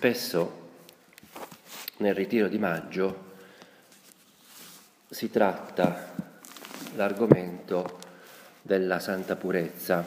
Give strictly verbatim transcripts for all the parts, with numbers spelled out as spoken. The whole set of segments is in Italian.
spesso nel ritiro di maggio si tratta l'argomento della santa purezza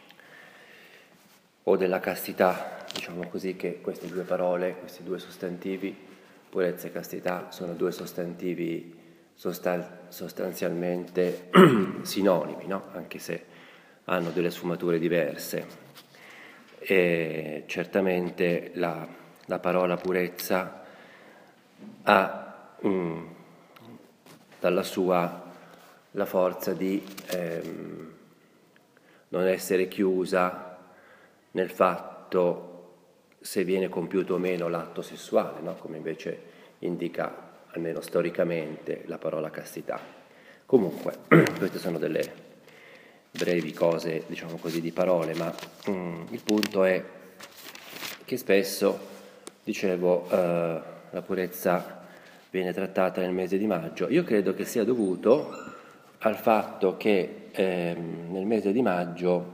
o della castità, diciamo così, che queste due parole, questi due sostantivi, purezza e castità, sono due sostantivi sostan- sostanzialmente sinonimi, no? Anche se hanno delle sfumature diverse. E certamente la, la parola purezza ha mm, dalla sua la forza di ehm, non essere chiusa nel fatto se viene compiuto o meno l'atto sessuale, no? Come invece indica almeno storicamente la parola castità. Comunque, queste sono delle brevi cose, diciamo così, di parole, ma mm, il punto è che spesso, dicevo, eh, la purezza viene trattata nel mese di maggio. Io credo che sia dovuto al fatto che eh, nel mese di maggio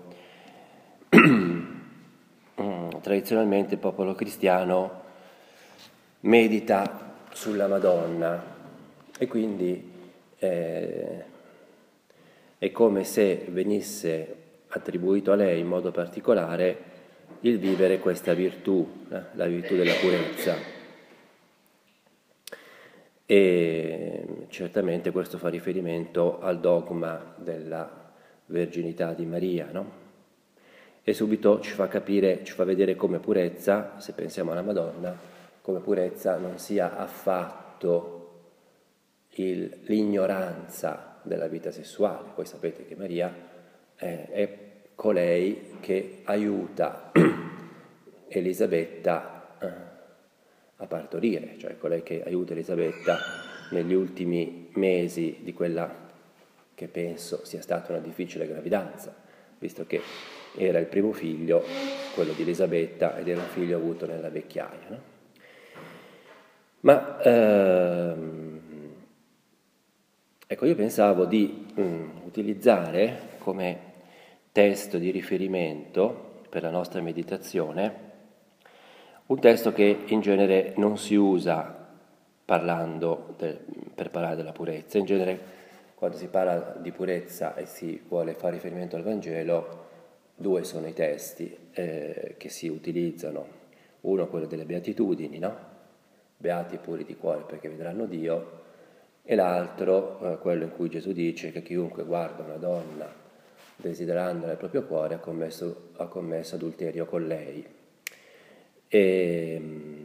tradizionalmente il popolo cristiano medita sulla Madonna e quindi eh, è come se venisse attribuito a lei in modo particolare il vivere questa virtù, eh, la virtù della purezza. E certamente questo fa riferimento al dogma della verginità di Maria, no? E subito ci fa capire, ci fa vedere come purezza, se pensiamo alla Madonna, come purezza non sia affatto il, l'ignoranza della vita sessuale. Voi sapete che Maria è, è colei che aiuta Elisabetta eh, a partorire, cioè colei che aiuta Elisabetta negli ultimi mesi di quella che penso sia stata una difficile gravidanza, visto che era il primo figlio, quello di Elisabetta, ed era un figlio avuto nella vecchiaia, no? Ma ehm, ecco, io pensavo di um, utilizzare come testo di riferimento per la nostra meditazione un testo che in genere non si usa parlando de, per parlare della purezza. In genere, quando si parla di purezza e si vuole fare riferimento al Vangelo, due sono i testi eh, che si utilizzano. Uno quello delle beatitudini, no? Beati puri di cuore perché vedranno Dio, e l'altro eh, quello in cui Gesù dice che chiunque guarda una donna desiderandola nel proprio cuore ha commesso, ha commesso adulterio con lei. E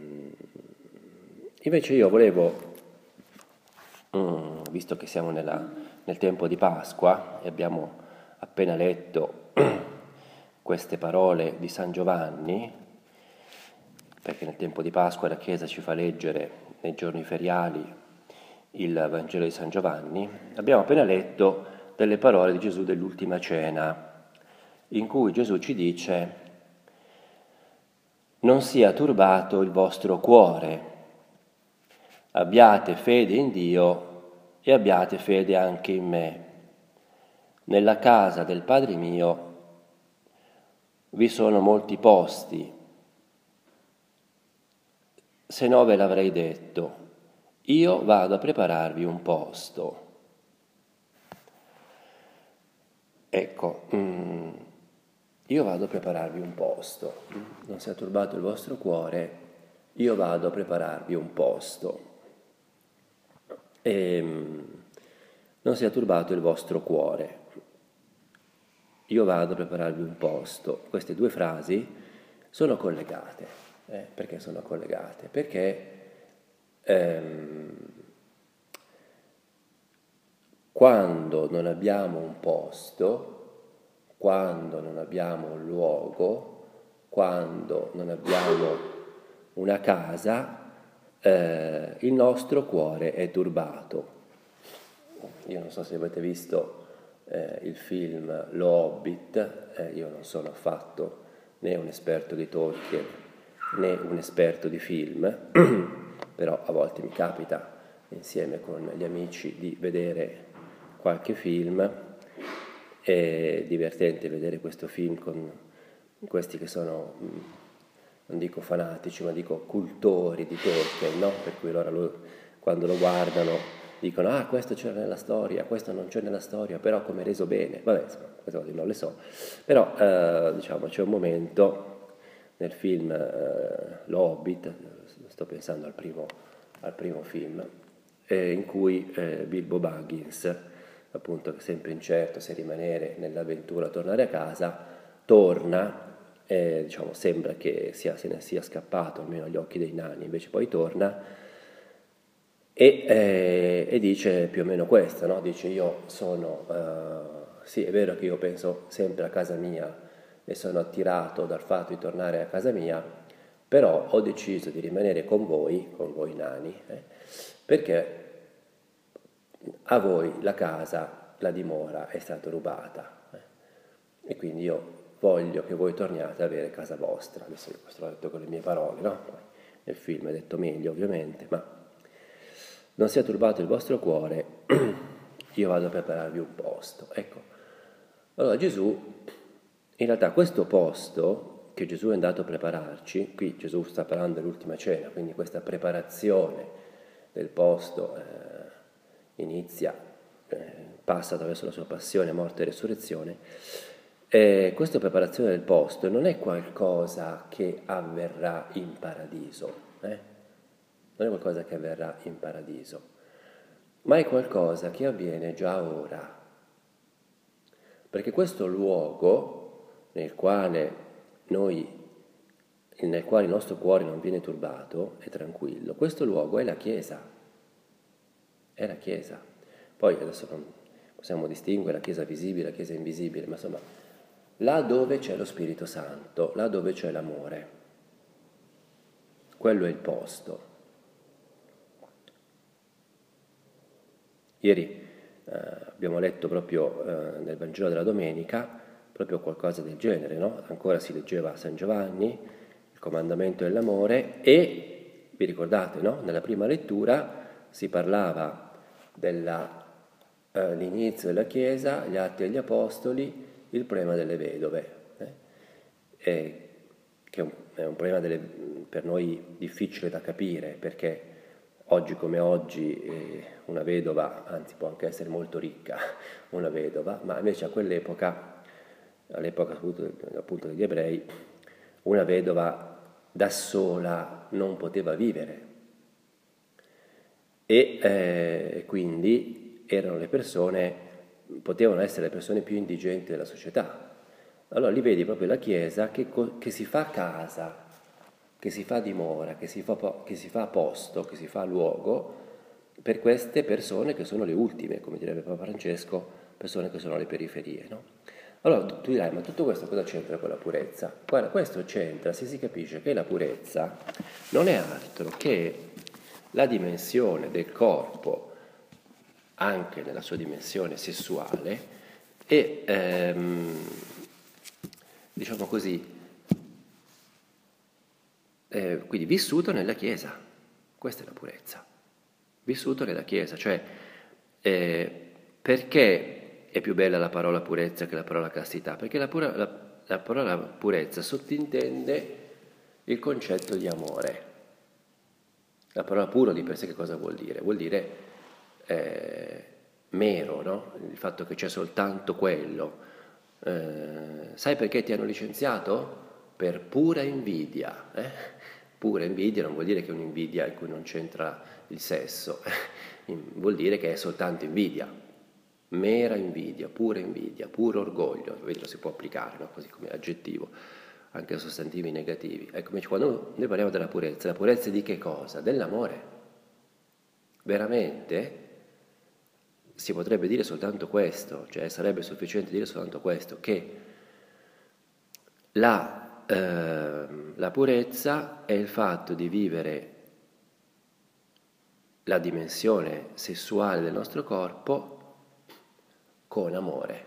invece io volevo, mm, visto che siamo nella, nel tempo di Pasqua e abbiamo appena letto queste parole di San Giovanni, perché nel tempo di Pasqua la Chiesa ci fa leggere nei giorni feriali il Vangelo di San Giovanni, abbiamo appena letto delle parole di Gesù dell'ultima cena, in cui Gesù ci dice: non sia turbato il vostro cuore, abbiate fede in Dio e abbiate fede anche in me. Nella casa del Padre mio vi sono molti posti, se no ve l'avrei detto, io vado a prepararvi un posto. Ecco, mm, io vado a prepararvi un posto, non sia turbato il vostro cuore, io vado a prepararvi un posto. E, non sia turbato il vostro cuore, io vado a prepararvi un posto. Queste due frasi sono collegate. Eh, perché sono collegate? Perché ehm, quando non abbiamo un posto, quando non abbiamo un luogo, quando non abbiamo una casa, eh, il nostro cuore è turbato. Io non so se avete visto eh, il film Lo Hobbit, eh, io non sono affatto né un esperto di Tolkien né un esperto di film, però a volte mi capita insieme con gli amici di vedere qualche film. È divertente vedere questo film con questi che sono non dico fanatici, ma dico cultori di Tolkien, no? Per cui allora lo, quando lo guardano dicono ah questo c'era nella storia, questo non c'è nella storia, però come reso bene, vabbè, insomma, queste cose non le so, però eh, diciamo c'è un momento nel film eh, Lo Hobbit, sto pensando al primo, al primo film, eh, in cui eh, Bilbo Baggins, appunto sempre incerto se rimanere nell'avventura o tornare a casa, torna. Eh, diciamo, sembra che sia, se ne sia scappato, almeno agli occhi dei nani, invece poi torna e, eh, e dice più o meno questo, no? Dice io sono, eh, sì è vero che io penso sempre a casa mia e sono attirato dal fatto di tornare a casa mia, però ho deciso di rimanere con voi, con voi nani, eh, perché a voi la casa, la dimora è stata rubata eh, e quindi io voglio che voi torniate ad avere casa vostra. Adesso questo l'ho detto con le mie parole, no? Nel film è detto meglio ovviamente, ma non sia turbato il vostro cuore, io vado a prepararvi un posto. Ecco, allora Gesù, in realtà questo posto che Gesù è andato a prepararci, qui Gesù sta parlando dell'ultima cena, quindi questa preparazione del posto eh, inizia, eh, passa attraverso la sua passione, morte e resurrezione. Eh, questa preparazione del posto non è qualcosa che avverrà in paradiso, eh? Non è qualcosa che avverrà in paradiso, ma è qualcosa che avviene già ora. Perché questo luogo nel quale noi, nel quale il nostro cuore non viene turbato, è tranquillo, questo luogo è la Chiesa, è la Chiesa. Poi adesso non possiamo distinguere la Chiesa visibile e la Chiesa invisibile, ma insomma, là dove c'è lo Spirito Santo, là dove c'è l'amore, quello è il posto. Ieri eh, abbiamo letto proprio eh, nel Vangelo della Domenica proprio qualcosa del genere, no? Ancora si leggeva a San Giovanni, il comandamento dell'amore e, vi ricordate, no? Nella prima lettura si parlava dell'inizio eh, della Chiesa, gli Atti degli Apostoli, il problema delle vedove, eh? E, che è un, è un problema delle, per noi difficile da capire, perché oggi come oggi eh, una vedova, anzi può anche essere molto ricca una vedova, ma invece a quell'epoca, all'epoca appunto, appunto degli ebrei, una vedova da sola non poteva vivere e eh, quindi erano le persone, potevano essere le persone più indigenti della società. Allora lì vedi proprio la Chiesa che, che si fa casa, che si fa dimora, che si fa, che si fa posto, che si fa luogo per queste persone che sono le ultime, come direbbe Papa Francesco, persone che sono alle periferie, no? Allora tu dirai, ma tutto questo cosa c'entra con la purezza? Guarda, questo c'entra se si capisce che la purezza non è altro che la dimensione del corpo, anche nella sua dimensione sessuale, e ehm, diciamo così, eh, quindi vissuto nella Chiesa, questa è la purezza, vissuto nella Chiesa, cioè eh, perché è più bella la parola purezza che la parola castità? Perché la, pura, la, la parola purezza sottintende il concetto di amore. La parola puro di per sé che cosa vuol dire? Vuol dire eh, mero, no? Il fatto che c'è soltanto quello. Eh, sai perché ti hanno licenziato? Per pura invidia. Eh? Pura invidia non vuol dire che è un'invidia in cui non c'entra il sesso, vuol dire che è soltanto invidia, mera invidia, pura invidia, puro orgoglio, vedi, lo si può applicare, no? Così come aggettivo, anche a sostantivi negativi. Ecco, quando noi parliamo della purezza, la purezza di che cosa? Dell'amore. Veramente si potrebbe dire soltanto questo, cioè sarebbe sufficiente dire soltanto questo, che la, eh, la purezza è il fatto di vivere la dimensione sessuale del nostro corpo con amore.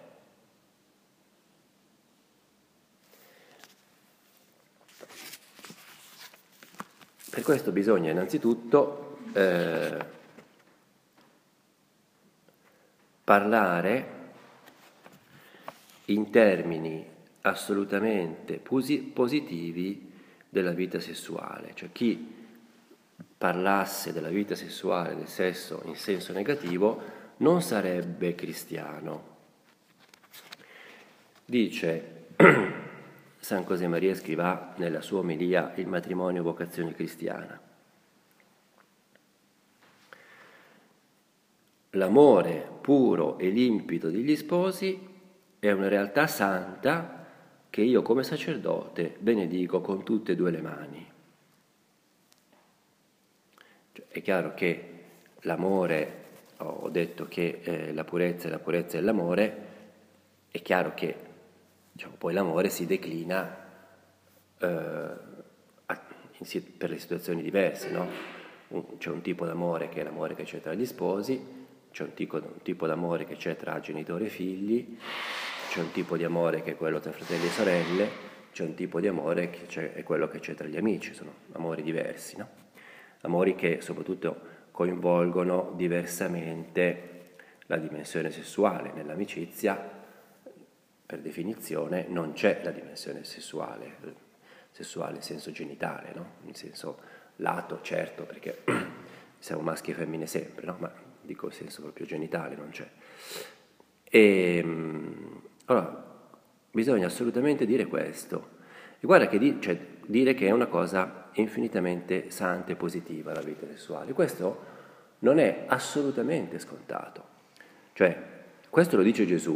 Per questo bisogna innanzitutto eh, parlare in termini assolutamente posi- positivi della vita sessuale, cioè chi parlasse della vita sessuale, del sesso in senso negativo, non sarebbe cristiano. Dice San Cosemaria Scrivà nella sua omelia Il matrimonio vocazione cristiana: l'amore puro e limpido degli sposi è una realtà santa che io come sacerdote benedico con tutte e due le mani. Cioè, è chiaro che l'amore, ho detto che eh, la purezza è la purezza dell'amore, è chiaro che diciamo, poi l'amore si declina eh, a, in, per le situazioni diverse, no? Un, c'è un tipo d'amore che è l'amore che c'è tra gli sposi, c'è un tipo, un tipo d'amore che c'è tra genitori e figli, c'è un tipo di amore che è quello tra fratelli e sorelle, c'è un tipo di amore che c'è, è quello che c'è tra gli amici, sono amori diversi, no? Amori che soprattutto coinvolgono diversamente la dimensione sessuale. Nell'amicizia, per definizione, non c'è la dimensione sessuale, sessuale in senso genitale, no? In senso lato, certo, perché siamo maschi e femmine sempre, no? Ma dico in senso proprio genitale, non c'è. E allora bisogna assolutamente dire questo. E guarda che di, cioè, dire che è una cosa infinitamente santa e positiva la vita sessuale. Questo non è assolutamente scontato. Cioè, questo lo dice Gesù,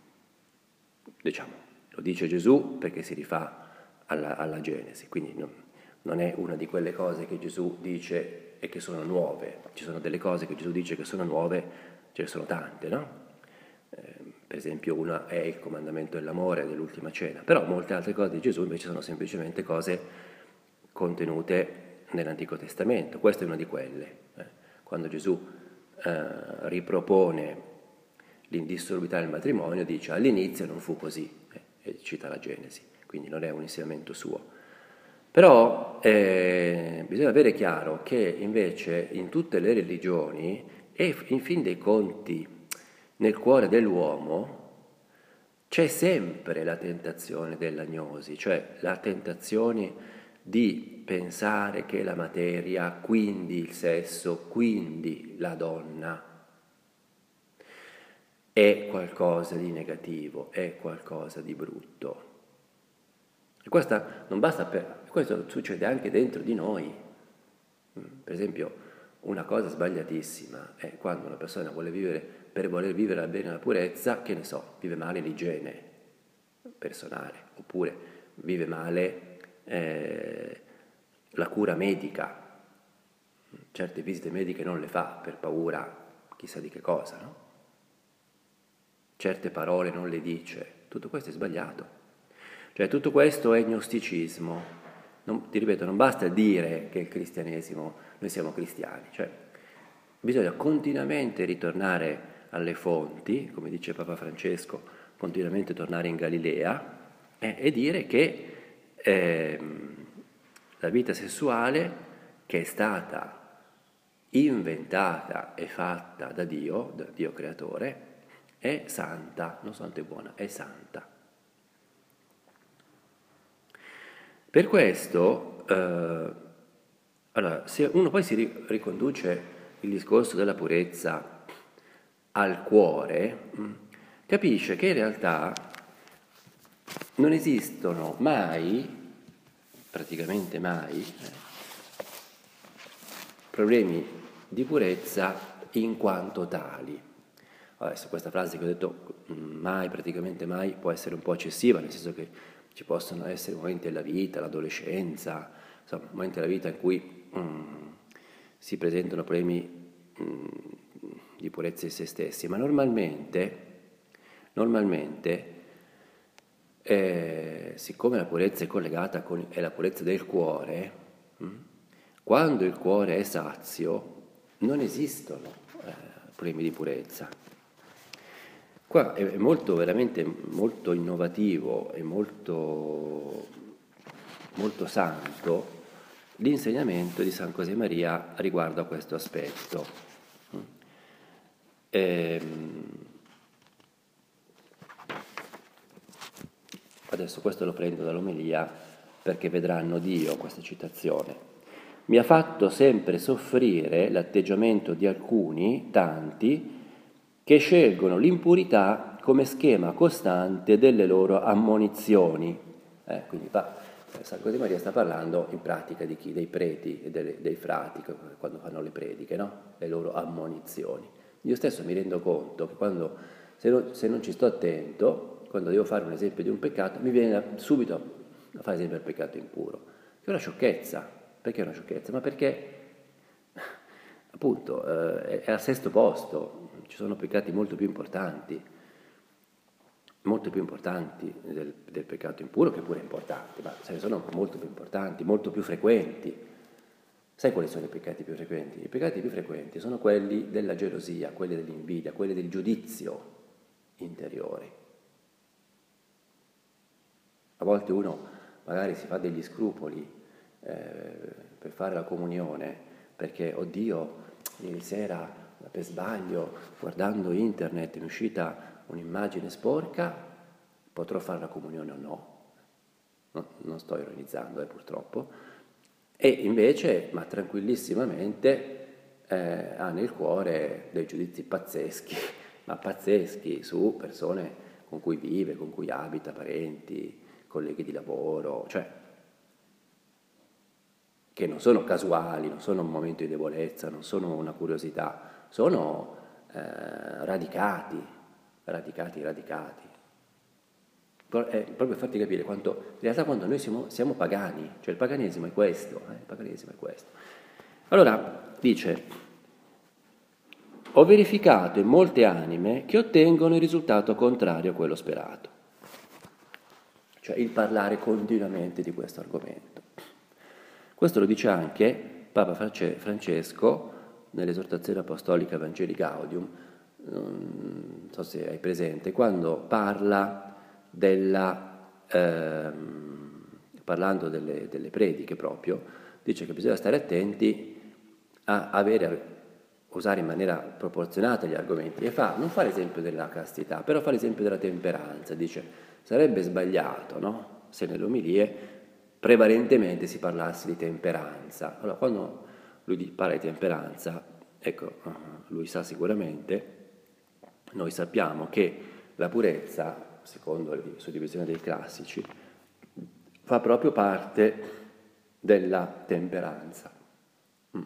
diciamo, lo dice Gesù perché si rifà alla, alla Genesi, quindi non, non è una di quelle cose che Gesù dice e che sono nuove. Ci sono delle cose che Gesù dice che sono nuove, ce ne sono tante, no? Eh, per esempio una è il comandamento dell'amore dell'ultima cena, però molte altre cose di Gesù invece sono semplicemente cose contenute nell'Antico Testamento. Questa è una di quelle. Eh. Quando Gesù eh, ripropone l'indissolubilità del matrimonio, dice all'inizio non fu così, eh, e cita la Genesi, quindi non è un insegnamento suo. Però eh, bisogna avere chiaro che invece in tutte le religioni e in fin dei conti nel cuore dell'uomo c'è sempre la tentazione dell'agnosi, cioè la tentazione di pensare che la materia, quindi il sesso, quindi la donna, è qualcosa di negativo, è qualcosa di brutto. E questa non basta per, questo succede anche dentro di noi. Per esempio, una cosa sbagliatissima è quando una persona vuole vivere, per voler vivere bene la purezza, che ne so, vive male l'igiene personale, oppure vive male eh, la cura medica. Certe visite mediche non le fa per paura chissà di che cosa, no? Certe parole non le dice. Tutto questo è sbagliato. Cioè tutto questo è gnosticismo. Non, ti ripeto, non basta dire che il cristianesimo, noi siamo cristiani, cioè bisogna continuamente ritornare alle fonti, come dice Papa Francesco, continuamente tornare in Galilea eh, e dire che eh, la vita sessuale che è stata inventata e fatta da Dio, da Dio creatore, è santa, non soltanto è buona, è santa. Per questo, eh, allora, se uno poi si riconduce il discorso della purezza al cuore, mh, capisce che in realtà non esistono mai, praticamente mai, eh, problemi di purezza in quanto tali. Adesso questa frase che ho detto mai, praticamente mai, può essere un po' eccessiva, nel senso che ci possono essere momenti della vita, l'adolescenza, insomma, momenti della vita in cui um, si presentano problemi um, di purezza di se stessi, ma normalmente, normalmente eh, siccome la purezza è collegata con è la purezza del cuore, um, quando il cuore è sazio non esistono eh, problemi di purezza. Qua è molto, veramente molto innovativo e molto, molto santo l'insegnamento di San Cosemaria riguardo a questo aspetto. Ehm, adesso questo lo prendo dall'omelia perché vedranno Dio, questa citazione, mi ha fatto sempre soffrire l'atteggiamento di alcuni, tanti, che scelgono l'impurità come schema costante delle loro ammonizioni. Eh, quindi pa, San Cosemaria sta parlando in pratica di chi? Dei preti e delle, dei frati, quando fanno le prediche, no? Le loro ammonizioni. Io stesso mi rendo conto che quando, se non, se non ci sto attento, quando devo fare un esempio di un peccato, mi viene subito a fare esempio del peccato impuro, che è una sciocchezza. Perché è una sciocchezza? Ma perché, appunto, eh, è al sesto posto, ci sono peccati molto più importanti, molto più importanti del, del peccato impuro, che pure è importante, ma ce ne sono molto più importanti, molto più frequenti. Sai quali sono i peccati più frequenti? I peccati più frequenti sono quelli della gelosia, quelli dell'invidia, quelli del giudizio interiore. A volte uno magari si fa degli scrupoli eh, per fare la comunione, perché, oddio, ieri sera per sbaglio, guardando internet, mi è uscita un'immagine sporca, potrò fare la comunione o no? No, non sto ironizzando, eh, purtroppo. E invece, ma tranquillissimamente, eh, ha nel cuore dei giudizi pazzeschi, ma pazzeschi, su persone con cui vive, con cui abita, parenti, colleghi di lavoro, cioè che non sono casuali, non sono un momento di debolezza, non sono una curiosità, sono eh, radicati, radicati, radicati. È proprio per farti capire quanto, in realtà quando noi siamo, siamo pagani, cioè il paganesimo è questo, eh, il paganesimo è questo. Allora, dice, ho verificato in molte anime che ottengono il risultato contrario a quello sperato, cioè il parlare continuamente di questo argomento. Questo lo dice anche Papa Francesco nell'esortazione apostolica Evangelii Gaudium, non so se hai presente, quando parla della, ehm, parlando delle, delle prediche proprio, dice che bisogna stare attenti a avere, usare in maniera proporzionata gli argomenti, e fa, non fa l'esempio della castità, però fa l'esempio della temperanza, dice, sarebbe sbagliato, no? Se nelle omilie prevalentemente si parlasse di temperanza. Allora, quando lui parla di temperanza, ecco, lui sa sicuramente, noi sappiamo che la purezza, secondo la suddivisione dei classici, fa proprio parte della temperanza. Mm.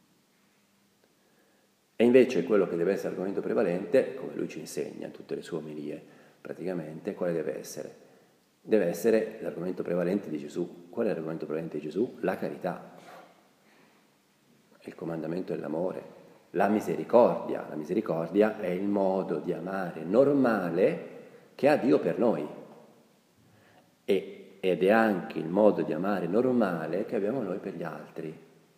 E invece quello che deve essere l'argomento prevalente, come lui ci insegna in tutte le sue omelie, praticamente, quale deve essere? Deve essere l'argomento prevalente di Gesù. Qual è l'argomento prevalente di Gesù? La carità, il comandamento dell'amore, la misericordia. La misericordia è il modo di amare normale che ha Dio per noi, e, ed è anche il modo di amare normale che abbiamo noi per gli altri,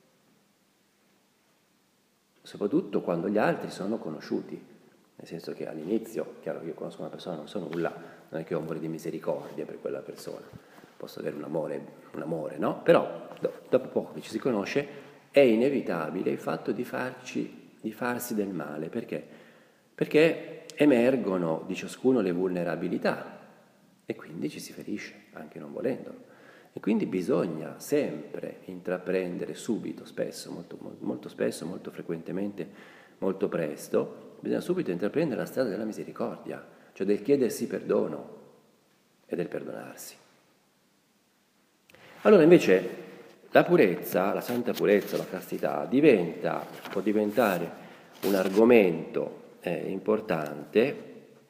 soprattutto quando gli altri sono conosciuti. Nel senso che all'inizio, chiaro che io conosco una persona, non so nulla, non è che ho amore di misericordia per quella persona, posso avere un amore, un amore, no? Però dopo poco che ci si conosce è inevitabile il fatto di farci, di farsi del male. Perché? Perché emergono di ciascuno le vulnerabilità e quindi ci si ferisce, anche non volendolo. E quindi bisogna sempre intraprendere subito, spesso, molto, molto spesso, molto frequentemente, molto presto, bisogna subito intraprendere la strada della misericordia, cioè del chiedersi perdono e del perdonarsi. Allora invece la purezza, la santa purezza, la castità, diventa, può diventare un argomento eh, importante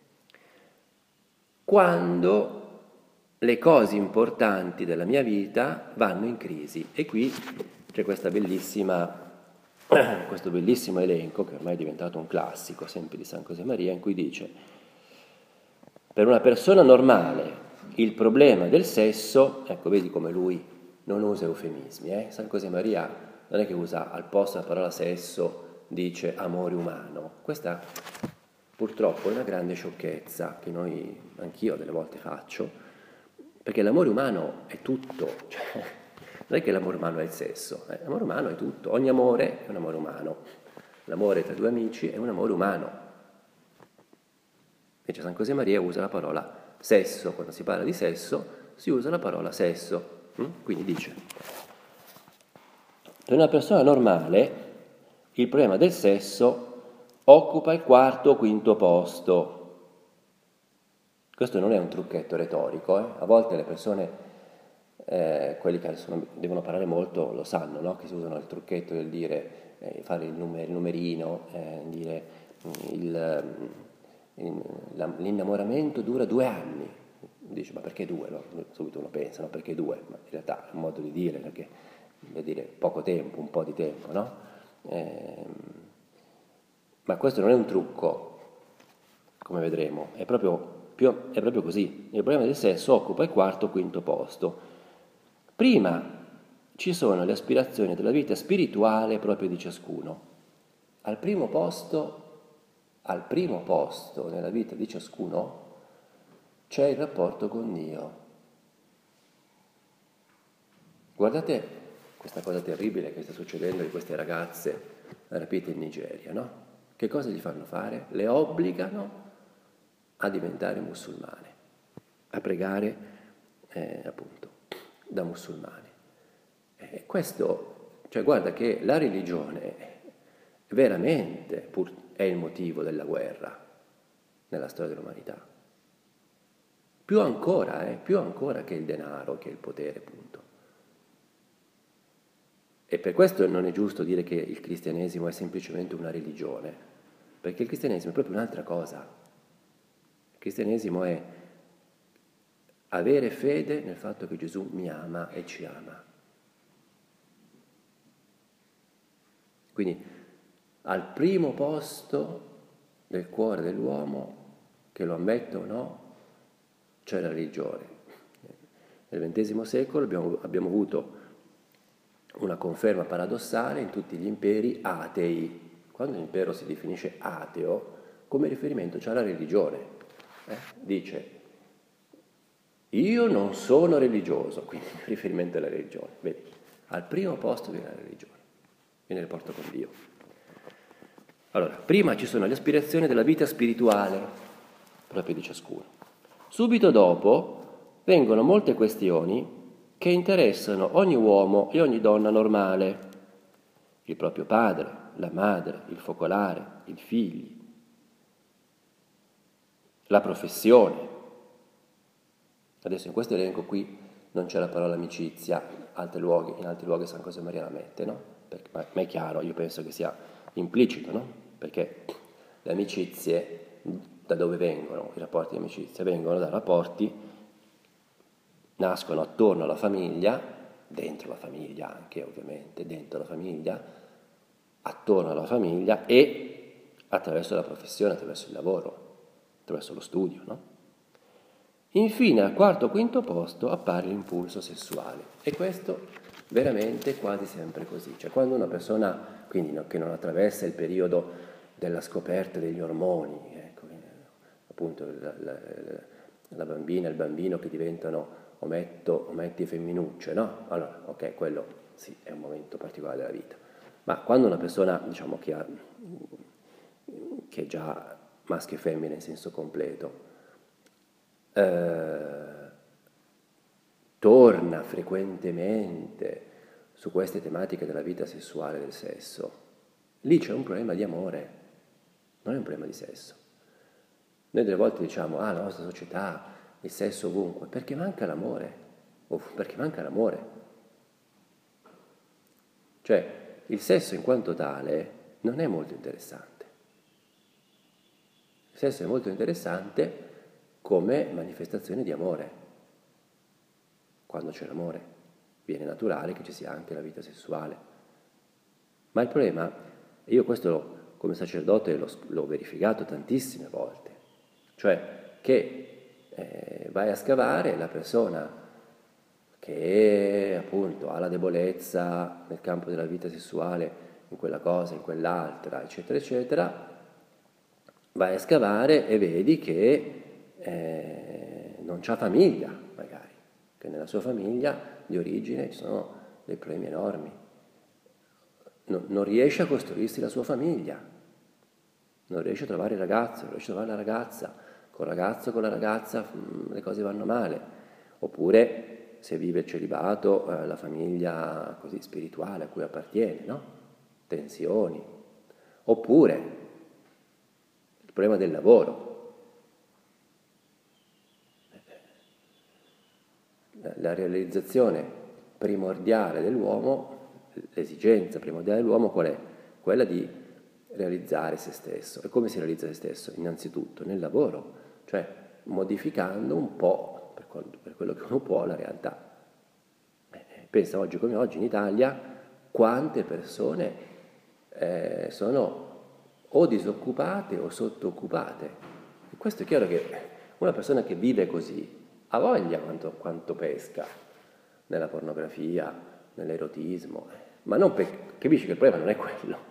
quando le cose importanti della mia vita vanno in crisi. E qui c'è questa bellissima questo bellissimo elenco, che ormai è diventato un classico, sempre di San Cosemaria, in cui dice: per una persona normale il problema del sesso, ecco, vedi come lui non usa eufemismi, eh? San Cosemaria non è che usa al posto della parola sesso, dice amore umano. Questa purtroppo è una grande sciocchezza che noi, anch'io delle volte faccio, perché l'amore umano è tutto, cioè, non è che l'amore umano è il sesso, eh? L'amore umano è tutto, ogni amore è un amore umano, l'amore tra due amici è un amore umano. Invece San Cosemaria usa la parola sesso, quando si parla di sesso si usa la parola sesso, Quindi dice, per una persona normale il problema del sesso occupa il quarto o quinto posto. Questo non è un trucchetto retorico, eh? A volte le persone, eh, quelli che sono, devono parlare molto, lo sanno, no? Che si usano il trucchetto del dire, eh, fare il, numer, il numerino, eh, dire il, il, la, l'innamoramento dura due anni. Dice, ma perché due? No? Subito uno pensa, no? Perché due? Ma in realtà è un modo di dire, perché vuol dire poco tempo, un po' di tempo, no? Eh, ma questo non è un trucco, come vedremo, è proprio... Più, è proprio così, il problema del sesso occupa il quarto o quinto posto. Prima ci sono le aspirazioni della vita spirituale proprio di ciascuno. Al primo posto, al primo posto nella vita di ciascuno c'è il rapporto con Dio. Guardate questa cosa terribile che sta succedendo di queste ragazze rapite in Nigeria, no? Che cosa gli fanno fare? Le obbligano a diventare musulmane, a pregare eh, appunto da musulmani. E questo, cioè guarda che la religione veramente pur, è il motivo della guerra nella storia dell'umanità. Più ancora, eh, più ancora che il denaro, che il potere, appunto. E per questo non è giusto dire che il cristianesimo è semplicemente una religione, perché il cristianesimo è proprio un'altra cosa. Il cristianesimo è avere fede nel fatto che Gesù mi ama e ci ama. Quindi al primo posto del cuore dell'uomo, che lo ammetta o no, c'è la religione. Nel ventesimo secolo abbiamo, abbiamo avuto una conferma paradossale in tutti gli imperi atei. Quando l'impero si definisce ateo, come riferimento c'è la religione. Eh, dice, io non sono religioso, quindi riferimento alla religione, vedi, al primo posto viene la religione, viene il rapporto con Dio. Allora, prima ci sono le aspirazioni della vita spirituale, proprio di ciascuno. Subito dopo vengono molte questioni che interessano ogni uomo e ogni donna normale, il proprio padre, la madre, il focolare, i figli, la professione. Adesso in questo elenco qui non c'è la parola amicizia, altri luoghi, in altri luoghi San José Maria la mette, no? Perché, ma, ma è chiaro, io penso che sia implicito, no? Perché le amicizie, da dove vengono i rapporti di amicizia? Vengono da rapporti, nascono attorno alla famiglia, dentro la famiglia anche ovviamente, dentro la famiglia, attorno alla famiglia e attraverso la professione, attraverso il lavoro, attraverso lo studio, no? Infine, al quarto o quinto posto appare l'impulso sessuale, e questo veramente quasi sempre così. Cioè quando una persona, quindi no, che non attraversa il periodo della scoperta degli ormoni, ecco, appunto la, la, la bambina e il bambino che diventano ometto, ometti e femminucce, no? Allora, ok, quello sì, è un momento particolare della vita. Ma quando una persona, diciamo, che ha che è già maschio e femmina in senso completo, Eh, torna frequentemente su queste tematiche della vita sessuale, del sesso, lì c'è un problema di amore, non è un problema di sesso. Noi delle volte diciamo, ah, la nostra società, il sesso ovunque, perché manca l'amore, o perché manca l'amore. Cioè, il sesso in quanto tale non è molto interessante. Il sesso è molto interessante come manifestazione di amore. Quando c'è l'amore, viene naturale che ci sia anche la vita sessuale. Ma il problema, e io questo come sacerdote l'ho, l'ho verificato tantissime volte, cioè che eh, vai a scavare la persona che appunto ha la debolezza nel campo della vita sessuale, in quella cosa, in quell'altra, eccetera, eccetera, vai a scavare e vedi che Eh, non c'ha famiglia, magari, che nella sua famiglia di origine ci sono dei problemi enormi. No, non riesce a costruirsi la sua famiglia, non riesce a trovare il ragazzo, non riesce a trovare la ragazza, col ragazzo, con la ragazza mh, le cose vanno male, oppure se vive il celibato, eh, la famiglia così spirituale a cui appartiene, no? Tensioni. Oppure il problema del lavoro. La, la realizzazione primordiale dell'uomo, l'esigenza primordiale dell'uomo qual è? Quella di realizzare se stesso. E come si realizza se stesso? Innanzitutto nel lavoro, cioè modificando un po', per, quanto, per quello che uno può, la realtà. Eh, pensa oggi come oggi in Italia quante persone eh, sono o disoccupate o sottooccupate. E questo è chiaro che una persona che vive così ha voglia quanto, quanto pesca nella pornografia, nell'erotismo, ma non per, capisci che il problema non è quello.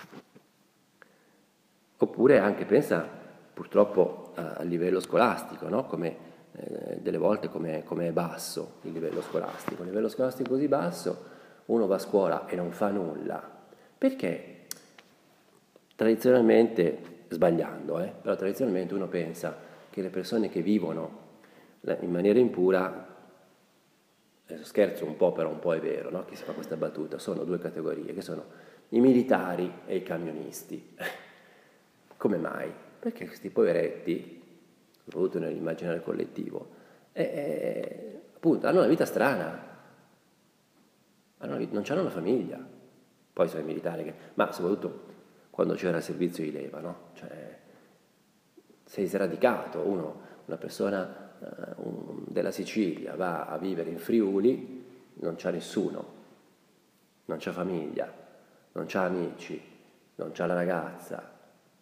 Oppure anche pensa purtroppo a, a livello scolastico, no? Come eh, delle volte come è basso il livello scolastico. Il livello scolastico così basso, uno va a scuola e non fa nulla. Perché tradizionalmente, sbagliando, eh, però tradizionalmente uno pensa che le persone che vivono in maniera impura, adesso scherzo un po', però un po' è vero, no? Che si fa questa battuta, sono due categorie, che sono i militari e i camionisti. Come mai? Perché questi poveretti, soprattutto nell'immaginario collettivo, eh, eh, appunto hanno una vita strana, hanno una vita, non hanno una famiglia, poi sono i militari che, ma soprattutto quando c'era il servizio di leva, no? Cioè, sei sradicato, uno, una persona uh, un, della Sicilia va a vivere in Friuli, non c'ha nessuno, non c'ha famiglia, non c'ha amici, non c'ha la ragazza.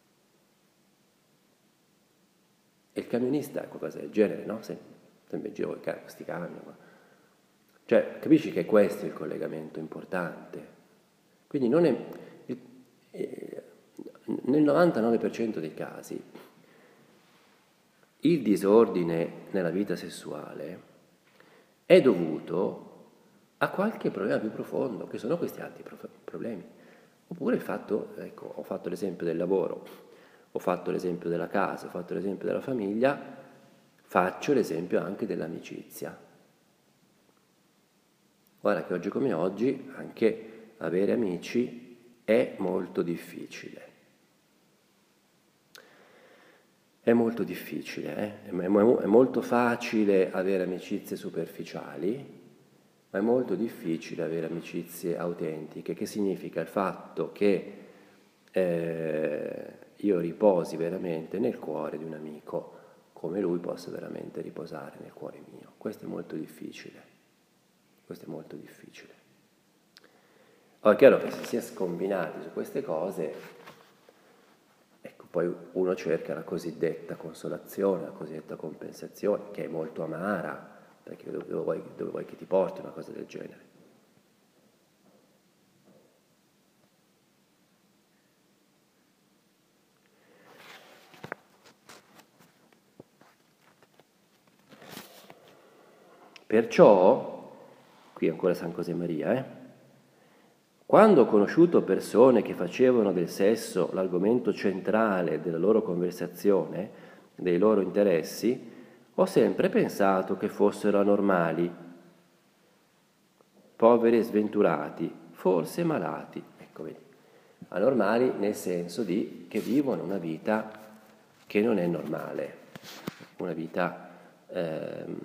E il camionista è qualcosa del genere, no? Sempre in giro con questi camion. Cioè, capisci che questo è il collegamento importante. Quindi non è, eh, nel novantanove per cento dei casi il disordine nella vita sessuale è dovuto a qualche problema più profondo, che sono questi altri problemi. Oppure il fatto, ecco, ho fatto l'esempio del lavoro, ho fatto l'esempio della casa, ho fatto l'esempio della famiglia, faccio l'esempio anche dell'amicizia. Guarda che oggi come oggi anche avere amici è molto difficile. È molto difficile, eh? È molto facile avere amicizie superficiali, ma è molto difficile avere amicizie autentiche, che significa il fatto che eh, io riposi veramente nel cuore di un amico, come lui possa veramente riposare nel cuore mio. Questo è molto difficile, questo è molto difficile. Ora è chiaro che se si è scombinati su queste cose, ecco, poi uno cerca la cosiddetta consolazione, la cosiddetta compensazione, che è molto amara, perché dove vuoi, dove vuoi che ti porti una cosa del genere? Perciò, qui ancora San Josemaria, eh? Quando ho conosciuto persone che facevano del sesso l'argomento centrale della loro conversazione, dei loro interessi, ho sempre pensato che fossero anormali, poveri e sventurati, forse malati. Ecco, vedi. Anormali nel senso di che vivono una vita che non è normale, una vita ehm,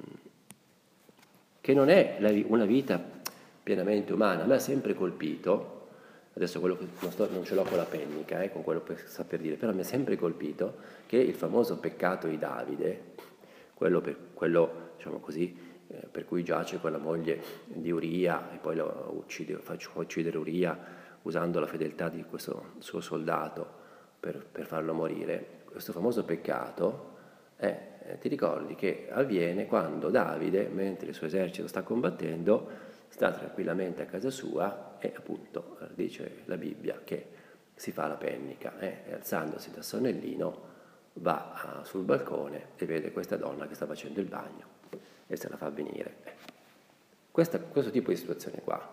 che non è la, una vita pienamente umana. A me ha sempre colpito, adesso quello che non, sto, non ce l'ho con la pennica, eh, con quello per saper dire, però mi ha sempre colpito che il famoso peccato di Davide, quello, per, quello diciamo così, eh, per cui giace con la moglie di Uria e poi lo uccide, fa uccidere Uria usando la fedeltà di questo suo soldato per, per farlo morire, questo famoso peccato è, eh, ti ricordi che avviene quando Davide, mentre il suo esercito sta combattendo, sta tranquillamente a casa sua e appunto dice la Bibbia che si fa la pennica eh, e alzandosi dal sonnellino va sul balcone e vede questa donna che sta facendo il bagno e se la fa venire. Questa, questo tipo di situazione qua.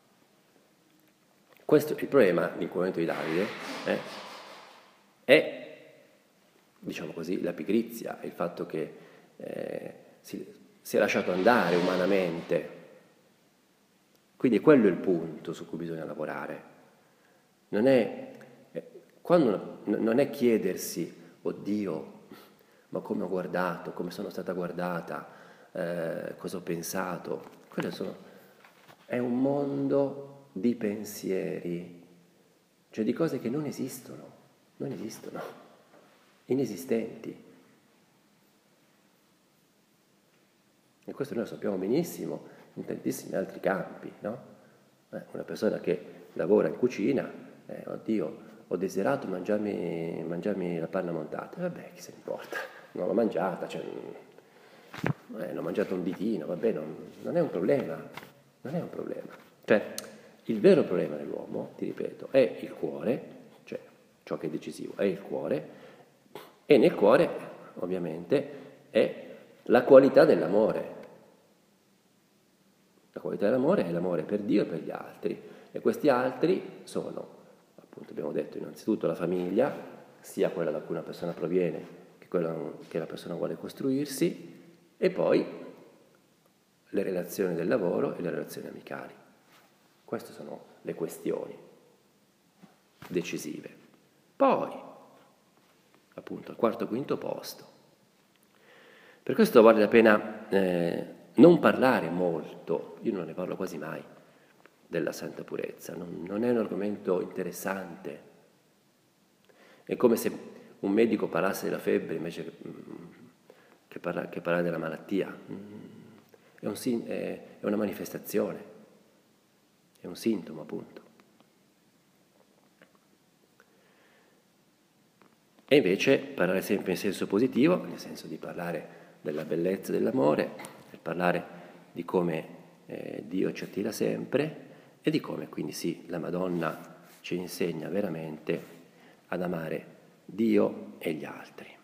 Questo, il problema dell'incuramento di Davide eh, è, diciamo così, la pigrizia, il fatto che eh, si, si è lasciato andare umanamente. Quindi quello è il punto su cui bisogna lavorare. Non è, quando, non è chiedersi, oddio, ma come ho guardato, come sono stata guardata, eh, cosa ho pensato. Quello sono, è un mondo di pensieri, cioè di cose che non esistono, non esistono, inesistenti. E questo noi lo sappiamo benissimo in tantissimi altri campi, no? Eh, una persona che lavora in cucina, eh, oddio, ho desiderato mangiarmi, mangiarmi la panna montata, vabbè, chi se ne importa, non l'ho mangiata, cioè, eh, l'ho mangiato un ditino, vabbè, non, non è un problema, non è un problema. Cioè, il vero problema dell'uomo, ti ripeto, è il cuore, cioè ciò che è decisivo è il cuore, e nel cuore, ovviamente, è la qualità dell'amore. La qualità dell'amore è l'amore per Dio e per gli altri, e questi altri sono, appunto abbiamo detto, innanzitutto la famiglia, sia quella da cui una persona proviene che quella che la persona vuole costruirsi, e poi le relazioni del lavoro e le relazioni amicali. Queste sono le questioni decisive. Poi, appunto, al quarto quinto posto. Per questo vale la pena eh, non parlare molto, io non ne parlo quasi mai, della santa purezza, non, non è un argomento interessante. È come se un medico parlasse della febbre invece che, che, parla, che parlare della malattia. È, un, è, è una manifestazione, è un sintomo, appunto. E invece parlare sempre in senso positivo, nel senso di parlare della bellezza dell'amore, per parlare di come eh, Dio ci attira sempre e di come quindi sì, la Madonna ci insegna veramente ad amare Dio e gli altri.